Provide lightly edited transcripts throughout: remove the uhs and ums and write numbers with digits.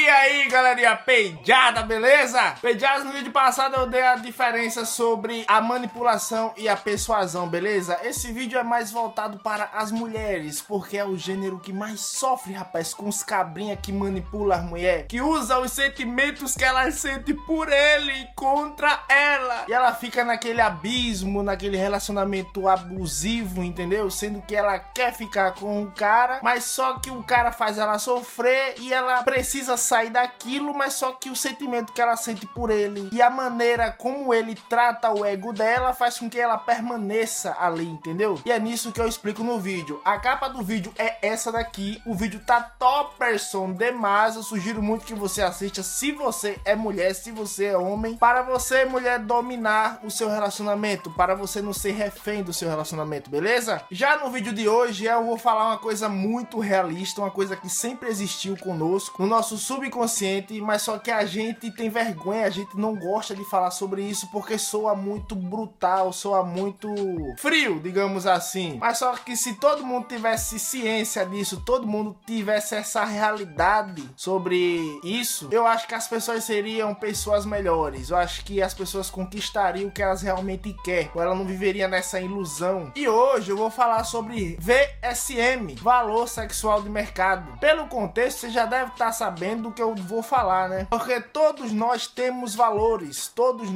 E aí, galerinha peidada, beleza? Peidadas, no vídeo passado eu dei a diferença sobre a manipulação e a persuasão, beleza? Esse vídeo é mais voltado para as mulheres, porque é o gênero que mais sofre, rapaz, com os cabrinha que manipula as mulheres, que usa os sentimentos que ela sente por ele contra ela. E ela fica naquele abismo, naquele relacionamento abusivo, entendeu? Sendo que ela quer ficar com o cara, mas só que o cara faz ela sofrer e ela precisa sair daquilo, mas só que o sentimento que ela sente por ele e a maneira como ele trata o ego dela faz com que ela permaneça ali, entendeu? E é nisso que eu explico no vídeo. A capa do vídeo é essa daqui. O vídeo tá topperson demais. Eu sugiro muito que você assista se você é mulher, se você é homem, para você, mulher, dominar o seu relacionamento, para você não ser refém do seu relacionamento, beleza? Já no vídeo de hoje eu vou falar uma coisa muito realista, uma coisa que sempre existiu conosco, no nosso subconsciente, mas só que a gente tem vergonha, a gente não gosta de falar sobre isso porque soa muito brutal, soa muito frio, digamos assim. Mas só que se todo mundo tivesse ciência disso, todo mundo tivesse essa realidade sobre isso, eu acho que as pessoas seriam pessoas melhores. Eu acho que as pessoas conquistariam o que elas realmente querem, ou ela não viveria nessa ilusão. E hoje eu vou falar sobre VSM, valor sexual de mercado. Pelo contexto, você já deve estar sabendo do que eu vou falar, né? Porque todos nós temos valores,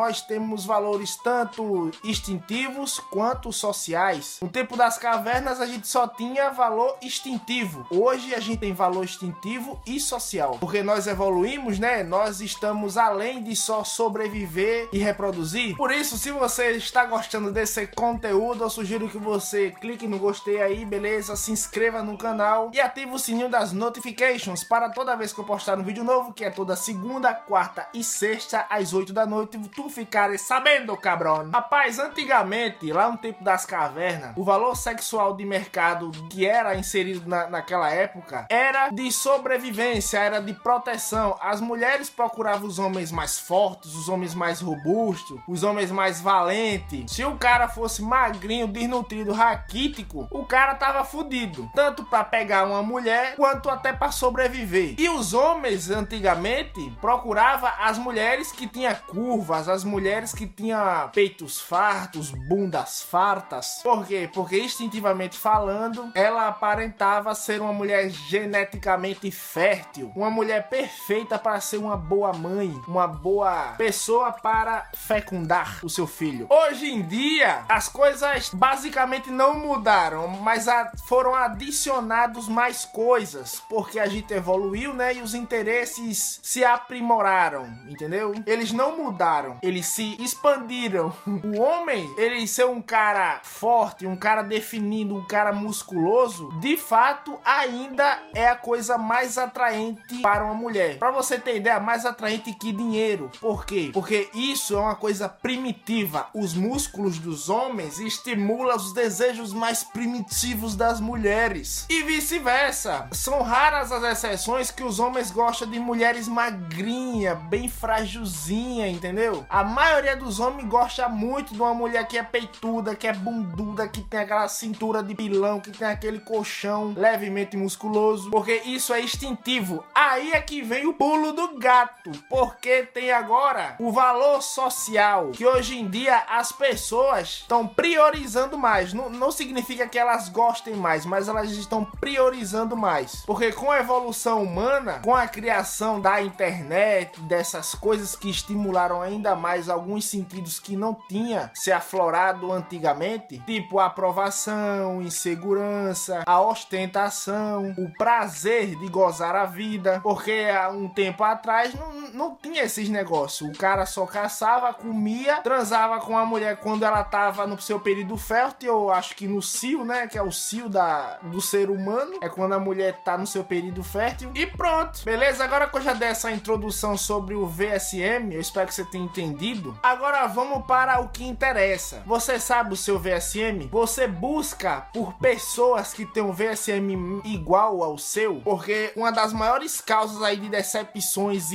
tanto instintivos quanto sociais. No tempo das cavernas a gente só tinha valor instintivo. Hoje a gente tem valor instintivo e social, porque nós evoluímos, né? Nós estamos além de só sobreviver e reproduzir. Por isso, se você está gostando desse conteúdo, eu sugiro que você clique no gostei aí, beleza? Se inscreva no canal e ative o sininho das notifications para toda vez que eu postar um vídeo novo, que é toda segunda, quarta e sexta às 8 da noite, tu ficares sabendo, cabrão. Rapaz, antigamente, lá no tempo das cavernas, o valor sexual de mercado que era inserido naquela época era de sobrevivência, era de proteção. As mulheres procuravam os homens mais fortes, os homens mais robustos, os homens mais valentes. Se o cara fosse magrinho, desnutrido, raquítico, o cara tava fudido, tanto para pegar uma mulher quanto até para sobreviver. E os homens antigamente procuravam as mulheres que tinham curvas, as mulheres que tinham peitos fartos, bundas fartas. Por quê? Porque instintivamente falando, ela aparentava ser uma mulher geneticamente fértil, uma mulher perfeita para ser uma boa mãe, uma boa pessoa para fecundar o seu filho. Hoje em dia, as coisas basicamente não mudaram, mas foram adicionados mais coisas, porque a gente evoluiu, né? E os interesses se aprimoraram, entendeu? Eles não mudaram, eles se expandiram. O homem, ele ser um cara forte, um cara definido, um cara musculoso, de fato, ainda é a coisa mais atraente para uma mulher. Para você ter ideia, mais atraente que dinheiro. Por quê? Porque isso é uma coisa primitiva. Os músculos dos homens estimulam os desejos mais primitivos das mulheres. E vice-versa. São raras as exceções que os homens gostam de mulheres magrinhas, bem fragilzinha, entendeu? A maioria dos homens gosta muito de uma mulher que é peituda, que é bunduda, que tem aquela cintura de pilão, que tem aquele colchão levemente musculoso, porque isso é instintivo. Aí é que vem o pulo do gato, porque tem agora o valor social, que hoje em dia as pessoas estão priorizando mais. Não significa que elas gostem mais, mas elas estão priorizando mais, porque com a evolução humana, com a criação da internet, dessas coisas que estimularam ainda mais alguns sentidos que não tinha se aflorado antigamente, tipo a aprovação, insegurança, a ostentação, o prazer de gozar a vida, porque há um tempo atrás não tinha esses negócios. O cara só caçava, comia, transava com a mulher quando ela tava no seu período fértil, eu acho que no cio, né, que é o cio do ser humano, é quando a mulher tá no seu período fértil, e pronto, beleza? Agora que eu já dei essa introdução sobre o VSM, eu espero que você tenha entendido. Agora vamos para o que interessa. Você sabe o seu VSM? Você busca por pessoas que têm um VSM igual ao seu, porque uma das maiores causas aí de decepções e traumas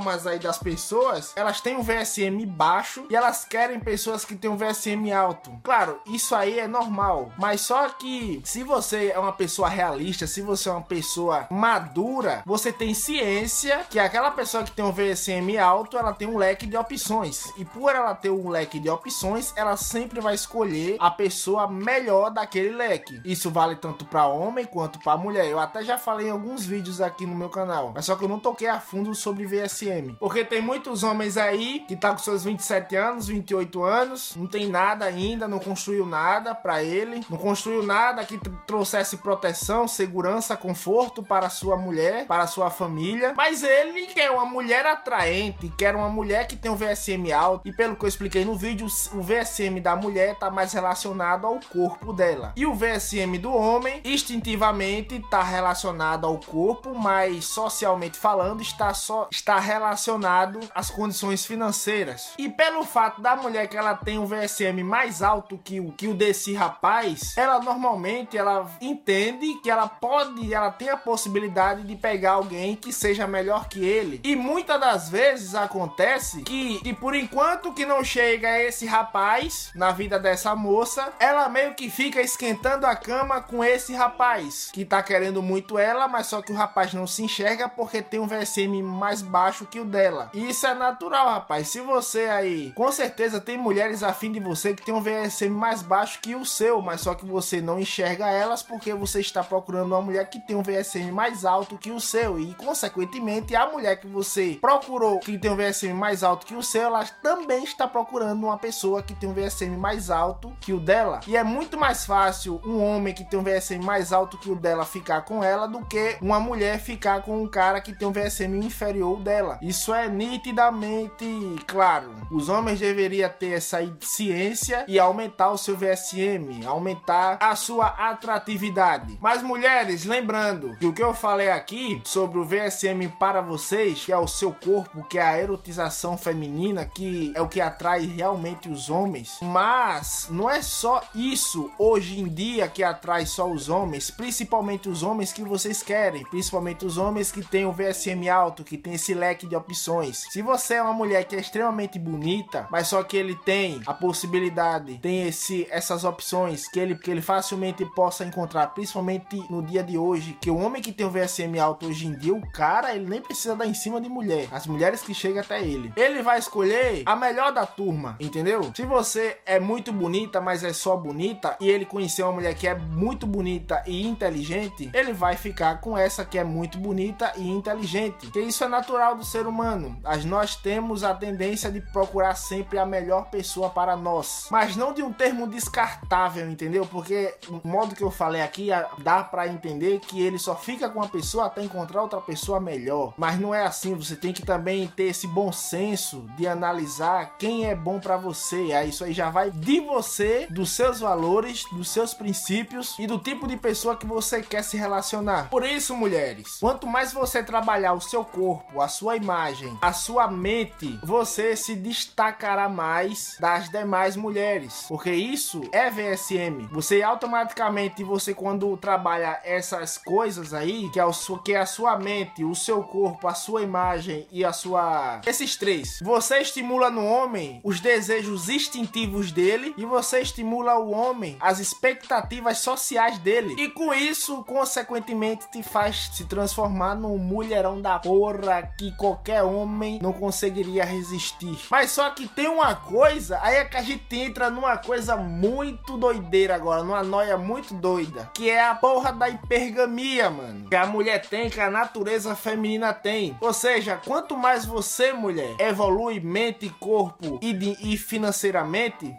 almas aí das pessoas, elas têm um VSM baixo e elas querem pessoas que têm um VSM alto. Claro, isso aí é normal, mas só que se você é uma pessoa realista, se você é uma pessoa madura, você tem ciência que aquela pessoa que tem um VSM alto, ela tem um leque de opções. E por ela ter um leque de opções, ela sempre vai escolher a pessoa melhor daquele leque. Isso vale tanto para homem quanto para mulher. Eu até já falei em alguns vídeos aqui no meu canal, mas só que eu não toquei a fundo sobre VSM. Porque tem muitos homens aí que tá com seus 27 anos, 28 anos, não tem nada ainda, não construiu nada para ele, não construiu nada que trouxesse proteção, segurança, conforto para sua mulher, para sua família, mas ele quer uma mulher atraente, quer uma mulher que tem um VSM alto, e pelo que eu expliquei no vídeo, o VSM da mulher tá mais relacionado ao corpo dela, e o VSM do homem, instintivamente, tá relacionado ao corpo, mas socialmente falando, está relacionado às condições financeiras. E pelo fato da mulher que ela tem um VSM mais alto que o desse rapaz, ela normalmente, ela entende que ela tem a possibilidade de pegar alguém que seja melhor que ele. E muitas das vezes acontece que por enquanto que não chega esse rapaz na vida dessa moça, ela meio que fica esquentando a cama com esse rapaz que tá querendo muito ela, mas só que o rapaz não se enxerga porque tem um VSM mais baixo que o dela. E isso é natural, rapaz. Se você aí, com certeza tem mulheres afim de você que tem um VSM mais baixo que o seu, mas só que você não enxerga elas porque você está procurando uma mulher que tem um VSM mais alto que o seu, e consequentemente a mulher que você procurou que tem um VSM mais alto que o seu, ela também está procurando uma pessoa que tem um VSM mais alto que o dela. E é muito mais fácil um homem que tem um VSM mais alto que o dela ficar com ela do que uma mulher ficar com um cara que tem um VSM inferior dela. Isso é nitidamente claro. Os homens deveriam ter essa ciência e aumentar o seu VSM, aumentar a sua atratividade. Mas mulheres, lembrando que o que eu falei aqui sobre o VSM para vocês, que é o seu corpo, que é a erotização feminina, que é o que atrai realmente os homens, mas não é só isso hoje em dia que atrai só os homens, principalmente os homens que vocês querem, principalmente os homens que têm o VSM alto, que tem esse leque de opções. Se você é uma mulher que é extremamente bonita, mas só que ele tem a possibilidade, tem essas opções que ele facilmente possa encontrar, principalmente no dia de hoje, que o homem que tem o VSM alto hoje em dia, o cara, ele nem precisa dar em cima de mulher, as mulheres que chegam até ele vai escolher a melhor da turma, entendeu? Se você é muito bonita, mas é só bonita, e ele conhecer uma mulher que é muito bonita e inteligente, ele vai ficar com essa que é muito bonita e inteligente, que isso é natural do ser humano. Nós temos a tendência de procurar sempre a melhor pessoa para nós, mas não de um termo descartável, entendeu? Porque o modo que eu falei aqui dá para entender que ele só fica com uma pessoa até encontrar outra pessoa melhor, mas não é assim. Você tem que também ter esse bom senso de analisar quem é bom para você. Aí isso aí já vai de você, dos seus valores, dos seus princípios e do tipo de pessoa que você quer se relacionar. Por isso, mulheres, quanto mais você trabalhar o seu corpo, a sua imagem, a sua mente, você se destacará mais das demais mulheres, porque isso é VSM. Você automaticamente, quando trabalha essas coisas aí, que é a sua mente, o seu corpo, a sua imagem e esses três, você estimula no homem os desejos instintivos dele e você estimula o homem as expectativas sociais dele, e com isso, consequentemente, te faz se transformar num mulherão da porra que qualquer homem não conseguiria resistir. Mas só que tem uma coisa, aí é que a gente entra numa coisa muito doideira agora, numa noia muito doida, que é a porra da hipergamia, mano, que a mulher tem, que a natureza feminina tem. Ou seja, quanto mais você, mulher, evolui mente, corpo e financeiramente,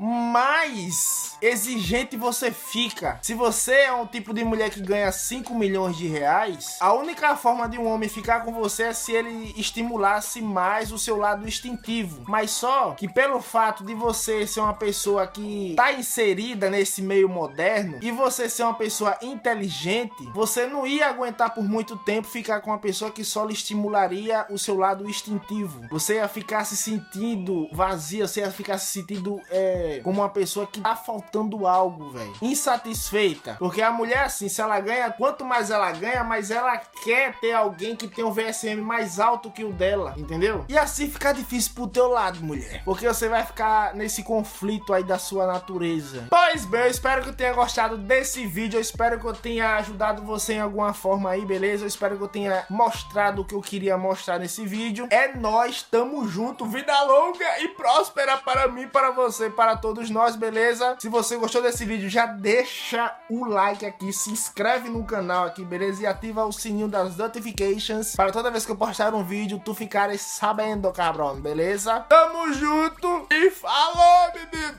mais exigente você fica. Se você é um tipo de mulher que ganha 5 milhões de reais, a única forma de um homem ficar com você é se ele estimulasse mais o seu lado instintivo. Mas só que pelo fato de você ser uma pessoa que tá inserida nesse meio moderno e você ser uma pessoa inteligente, você não ia aguentar por muito tempo ficar com uma pessoa que só lhe estimularia o seu lado instintivo. Você ia ficar se sentindo vazia, você ia ficar se sentindo como uma pessoa que tá faltando algo, velho, insatisfeita. Porque a mulher, assim, se ela ganha, quanto mais ela ganha, mais ela quer ter alguém que tem um VSM mais alto que o dela, entendeu? E assim fica difícil pro teu lado, mulher, porque você vai ficar nesse conflito aí da sua natureza. Pois bem, eu espero que eu tenha gostado desse vídeo, eu espero que eu tenha ajudado você em alguma forma aí, beleza? Eu espero que eu tenha mostrado o que eu queria mostrar nesse vídeo. É nóis, tamo junto, vida longa e próspera para mim, para você, para todos nós, beleza? Se você gostou desse vídeo, já deixa o like aqui, se inscreve no canal aqui, beleza? E ativa o sininho das notifications para toda vez que eu postar um vídeo, tu ficares sabendo, cabrão, beleza? Tamo junto e falou, menino!